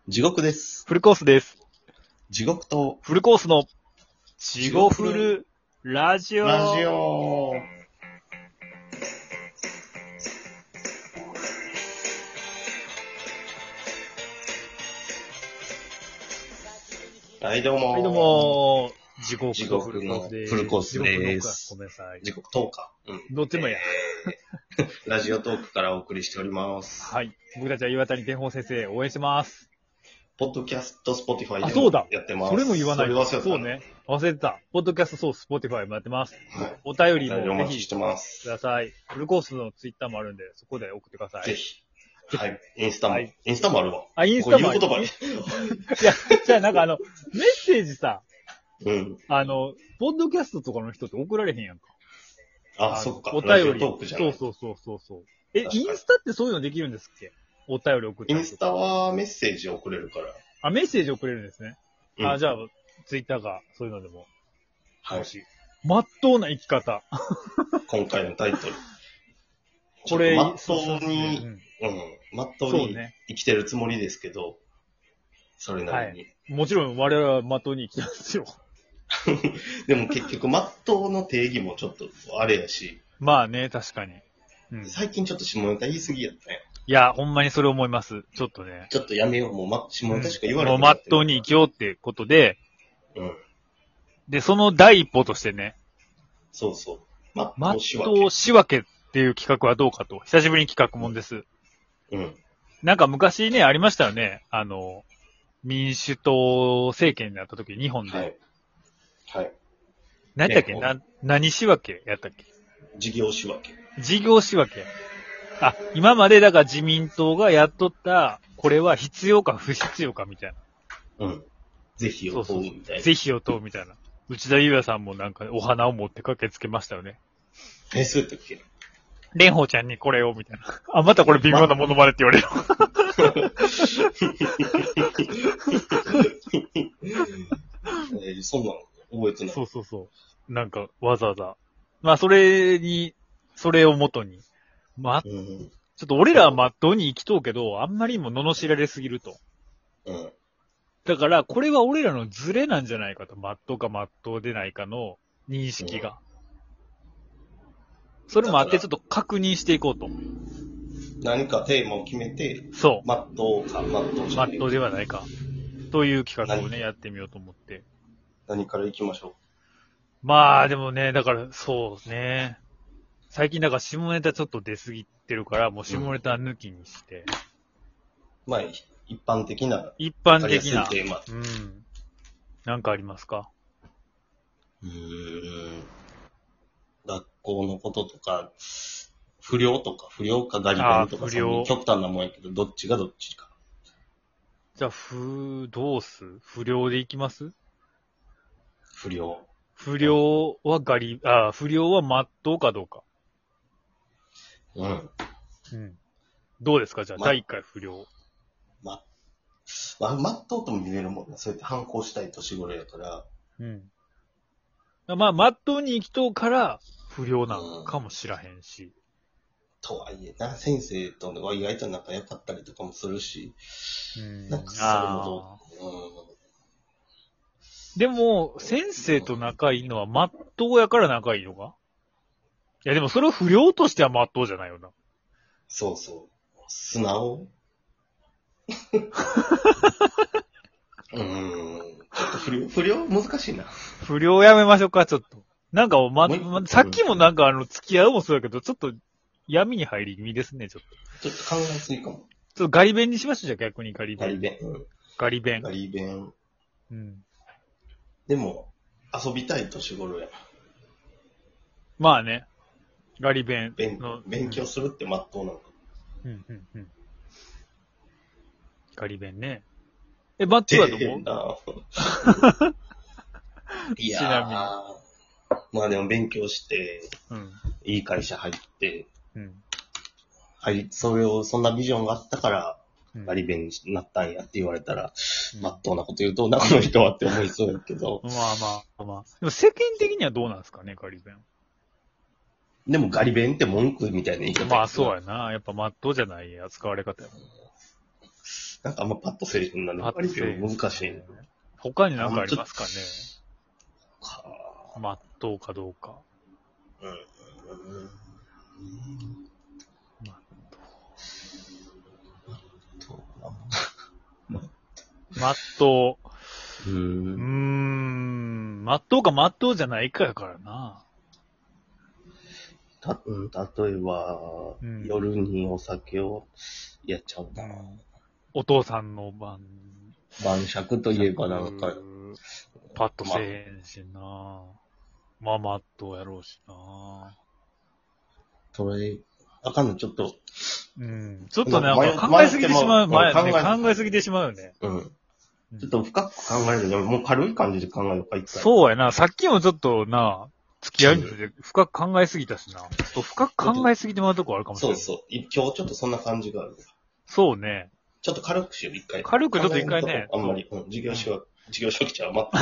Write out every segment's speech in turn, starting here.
地獄です。 フルコースです。 地獄とフルコースの地獄フルラジオ。 はいどうも。 はいどうも。地獄地とフ獄のルコースです。 フルコースです。 ごめんなさい。 地獄10日。 どっちもや。 ラジオトークからお送りしております。 はい。僕たちは岩谷天宝先生応援してます。 ポッドキャスト、スポティファイでもそうだやってます。 それも言わないと。 それ忘れてた。 そうね。忘れてた。ポッドキャスト、そう、スポティファイもやってます。 はい。 お便りもおぜひ待ちしてます。 ください。フルコースのツイッターもあるんで、そこで送ってください。 ぜひ。はい。インスタも。 はい、 インスタもあるわ。 あ、インスタもある。 これ言う言葉いや、じゃあメッセージさ、 うん。 ポッドキャストとかの人って送られへんやんか。 そっか。 お便り。 ラジオトークじゃない。 そう。インスタってそういうのできるんですっけ？お便り送って。 インスタはメッセージ送れるから。 あ、メッセージ送れるんですね。 うん、 じゃあ、ツイッターか、そういうのでも。 はい。 まっとうな生き方。 今回のタイトル。 これ、 まっとうに、まっとうに生きてるつもりですけど、それなりに。はい、 もちろん我々はまっとうに生きてますよ。 でも結局、まっとうの定義もちょっとあれやし。 まあね、確かに。 最近ちょっと下ネタ言い過ぎやったね。 いや、ほんまにそれ思います。ちょっとね。 ちょっとやめよう。もう下ネタしか言われへん。 もうまっとうに生きようってことで、 うん。 で、その第一歩としてね。 そうそう。 まっとう仕分けっていう企画はどうかと。久しぶりに企画もんです。 うん。 なんか昔ね、ありましたよね。民主党政権になった時、日本で。はい。 はい。 何だっけ？何仕分けやったっけ？ 事業仕分け。 事業仕分け。今までだから自民党がやっとった、これは必要か不必要かみたいな。うん。是非を問うみたいな。 是非を問うみたいな。内田裕也さんもなんかお花を持って駆けつけましたよね。 そうやったっけ？ 蓮舫ちゃんにこれをみたいな。またこれ微妙なものまねって言われる。 そんなの覚えてない。 そう。なんかわざわざ。まあそれを元に。ちょっと俺らはまっとうに生きとうけど、あんまりにも罵られすぎると。だから、これは俺らのズレなんじゃないかと。まっとうかまっとうでないかの認識が。それもあってちょっと確認していこうと。 何かテーマを決めて、 そう。 まっとうかまっとうじゃないか。 まっとうではないか。という企画をね、やってみようと思って。 何から行きましょう。 まあ、でもね、だから、そうね。最近だから下ネタちょっと出過ぎてるから、もう下ネタ抜きにして。 まあ、一般的なテーマ。なんかありますか？ 学校のこととか、不良かガリ勉とか、極端なもんやけど、どっちがどっちか。 じゃあ、どうす？不良でいきます？ 不良は不良はまっとうかどうか。どうですか？じゃあ、第1回不良。 まっとうとも見えるもんね。そうやって反抗したい年頃やから。 まあ、まっとうに生きとうから、不良なのかもしらへんし。 とはいえな、先生とは意外と仲良かったりとかもするし。なんかそれもでも、先生と仲いいのはまっとうやから仲いいのか？いや、でもそれを不良としてはまっとうじゃないよな。 そうそう。素直ちょっと不良難しいな。 不良やめましょうか、ちょっと。なんかさっきもなんか付き合うもそうやけど、ちょっと闇に入り気味ですね、ちょっと。ちょっと考えすぎかも。ちょっとガリ弁にしましょう、じゃあ逆にガリ弁。 ガリ弁。でも、遊びたい年頃や。 まあね。ガリ弁の。勉強するってまっとうなのか。 ガリ弁ね。バッチはどこ？ いやー。ちなみに。まあでも勉強して、いい会社入って、そんなビジョンがあったから、ガリ弁になったんやって言われたら、まっとうなこと言うと、この人はって思いそうやけど。 まあ。でも世間的にはどうなんですかね、ガリ弁。 でもガリ弁って文句みたいな言い方。 まあそうやな。やっぱまっとうじゃない扱われ方やもん。 なんかあんまパッとせえへんな。 パッとせえへん難しい。 他に何かありますかね。 かまっとうかどうか。まっとう。まっとうかまっとうじゃないかやからな。 例えば、夜にお酒をやっちゃうな。 お父さんの晩酌といえばなんか、 パッとせえへんしな。まっとうやろうしな。 それ、あかんの、ちょっと。 ちょっとね、考えすぎてしまう。考えすぎてしまうよね。 ちょっと深く考えるのもう軽い感じで考えるか、一回。 そうやな。さっきもちょっとな、付き合いについて深く考えすぎたしな。ちょっと深く考えすぎてまうとこあるかもしれない。 そう。今日ちょっとそんな感じがある。 そうね。 ちょっと軽くしよう、一回。 軽くちょっと一回ね。 あんまり、授業書記ちゃう、待って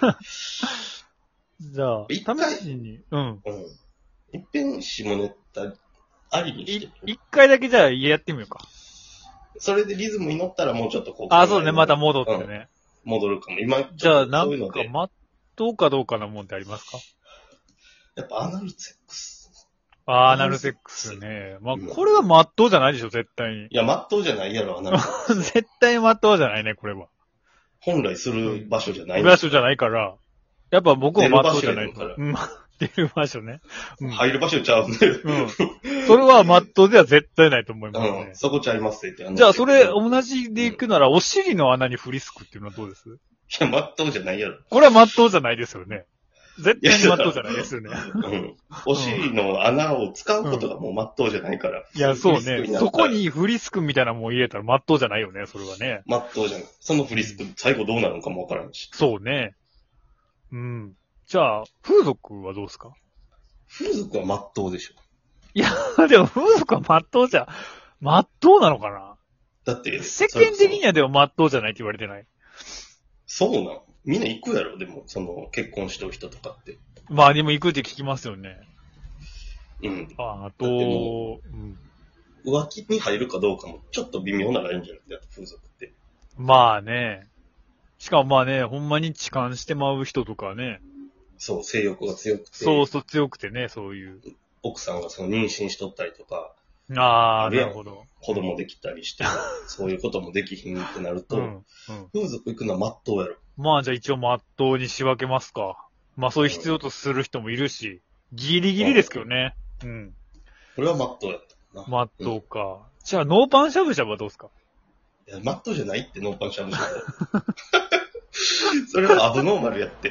じゃあ、試しに、 いっぺん下ネタありにして。 一回だけじゃあやってみようか。 それでリズムに乗ったらもうちょっとこう。 そうね、また戻ってね。 戻るかも。今、 じゃあ、なんか、まっとうかどうかなもんってありますか？ やっぱアナルセックス。 アナルセックスね。これはまっとうじゃないでしょ、絶対に。 いや、まっとうじゃないやろ、アナルセックス。 絶対にまっとうじゃないね、これは。 本来する場所じゃない。 場所じゃないから。やっぱ僕もまっとうじゃないから。出る場所ね。 入る場所ちゃうんで。 それはまっとうでは絶対ないと思いますね。 そこちゃいますって。 じゃあ、それ、同じで行くなら、お尻の穴にフリスクっていうのはどうです？ いや、まっとうじゃないやろ。 これはまっとうじゃないですよね。絶対にまっとうじゃないですよね。 お尻の穴を使うことがもうまっとうじゃないから。 いや、そうね。そこにフリスクみたいなもん入れたらまっとうじゃないよね、それはね。 まっとうじゃない。そのフリスク、最後どうなるのかもわからんし。 そうね。じゃあ、風俗はどうですか？ 風俗はまっとうでしょ。 いや、でも風俗はまっとうじゃ、まっとうなのかな？ だって、 世間的にはでもまっとうじゃないって言われてない？ そうなの？みんな行くやろ、でも、結婚してる人とかって。 でも行くって聞きますよね。あと、 浮気に入るかどうかも、ちょっと微妙なラインじゃなくて、風俗って。 まあね。しかもまあね、ほんまに痴漢してまう人とかね。 そう、性欲が強くて。 そう、強くてね、そういう。 奥さんが妊娠しとったりとか。 なるほど。 子供できたりして、そういうこともできひんってなると、風俗行くのはまっとうやろ。 じゃあ一応まっとうに仕分けますか。そういう必要とする人もいるし、ギリギリですけどね。 これはまっとうやったな。 まっとうか。じゃあノーパンしゃぶしゃぶはどうですか？ いや、まっとうじゃないって、ノーパンしゃぶしゃぶ。それはアブノーマルやって。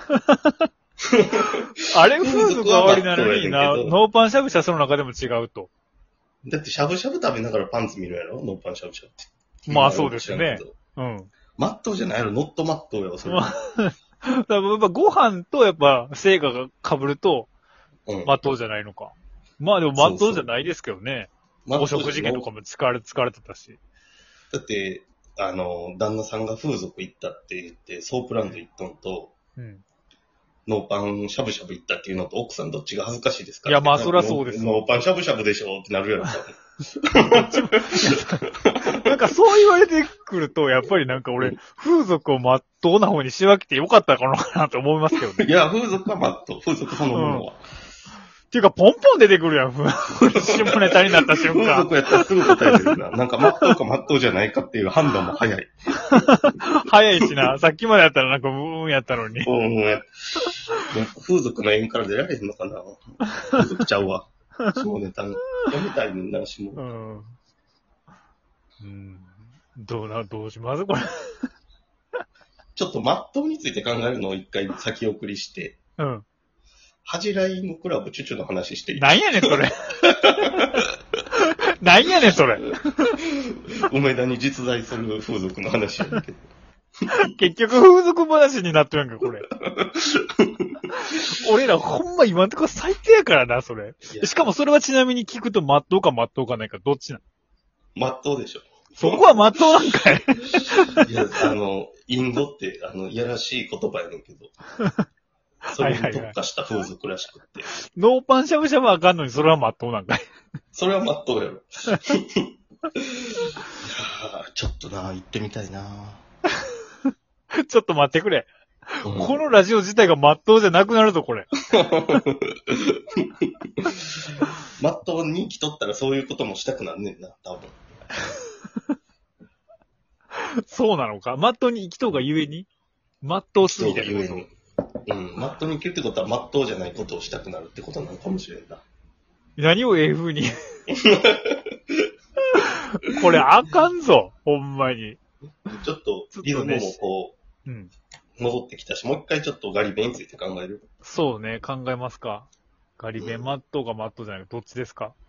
あれ風俗は終わりなのにな、ノーパンしゃぶしゃぶの中でも違うと。 だってしゃぶしゃぶ食べながらパンツ見るやろ？ノーパンしゃぶしゃぶって。 そうですね。 マットーじゃないやろ？ノットマットーやろ、それ。 やっぱご飯とやっぱ成果が被ると、マットーじゃないのか。でもマットーじゃないですけどね。お食事券とかも疲れてたし。 だって、旦那さんが風俗行ったって言って、ソープランド行ったのと、ノーパンしゃぶしゃぶ行ったっていうのと、奥さんどっちが恥ずかしいですか？ いや、そりゃそうです。 ノーパンしゃぶしゃぶでしょってなるやろ。 なんかそう言われてくると、やっぱりなんか俺、風俗をまっとうな方に仕分けてよかったのかなと思いますけどね。 いや、風俗はまっとう。風俗そのものは。 っていうか、ポンポン出てくるやん、下ネタになった瞬間。 風俗やったらすぐ答えてるな。なんか、まっとうかまっとうじゃないかっていう判断も早い。 早いしな。さっきまでやったらなんか、やったのに。 風俗の縁から出られへんのかな？風俗ちゃうわ。下ネタの。やめたいねんな、下。 どうしますこれ。 ちょっとマットについて考えるのを一回先送りして。恥じらいのクラブチュチュの話していい？ なんやねん、それ。なんやねん、それ。 梅田に実在する風俗の話やけど。 結局風俗話になってるんか、これ。俺らほんま今んとこ最低やからな、それ。しかもそれはちなみに聞くとまっとうかまっとうかないかどっちなの？ まっとうでしょ。 そこはまっとうなんかい。 いや、インドって、いやらしい言葉やねんけど。それに特化した風俗らしくって。 ノーパンしゃぶしゃぶはあかんのにそれはまっとうなんかい。 それはまっとうやろ。 ちょっとな、行ってみたいな。 ちょっと待ってくれ。 うん、 このラジオ自体が真っ当じゃなくなるぞ、これ。 まっとうに生きとったらそういうこともしたくなんねんな、多分。 そうなのか。真っ当に生きとうがゆえに真っ当すぎてる。 ゆえに。うん。まっとうに生きるってことは、まっとうじゃないことをしたくなるってことなのかもしれんな。 何をええ風に。これあかんぞ、ほんまに。 ちょっと、リズムもこう、 うん。 戻ってきたし、もう一回ちょっとガリ弁について考える。 そうね、考えますか。ガリ弁、マットかマットじゃないか、どっちですか？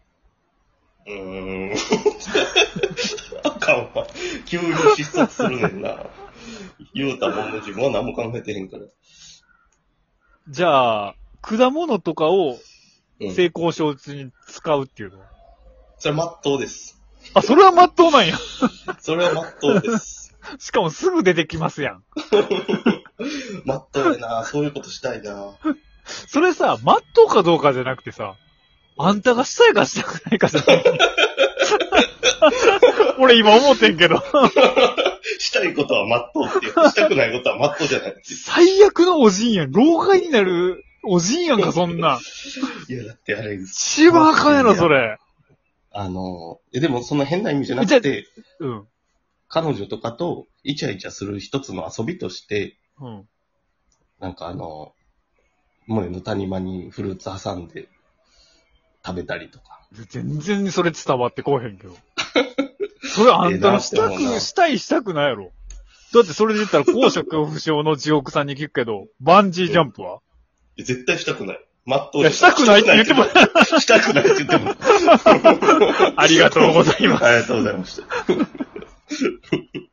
あかんわ。急に失速するねんな。言うたもんの自分は何も考えてへんから。 じゃあ、果物とかを性交渉中に使うっていうのは、 それはまっとうです。 あ、それはまっとうなんや。 それはまっとうです。 しかもすぐ出てきますやん。 まっとうやな。そういうことしたいな。 それさ、まっとうかどうかじゃなくてさ、あんたがしたいかしたくないかじゃない。俺今思ってんけど。 したいことはまっとうっていう。したくないことはまっとうじゃない。 最悪のおじいやん。老害になるおじいやんか、そんな。 いや、だってあれ、 一番あかんやろ、それ。 でもそんな変な意味じゃなくて、 うん。 彼女とかとイチャイチャする一つの遊びとして、 うん。 なんか胸の谷間にフルーツ挟んで食べたりとか。 全然それ伝わってこうへんけど。それあんたのしたくないやろ。だってそれで言ったら高所恐怖症の地獄さんに聞くけど、バンジージャンプは、 絶対したくない。まっとういや、したくないって言ってもしたくないって言ってもありがとうございます。 ありがとうございました。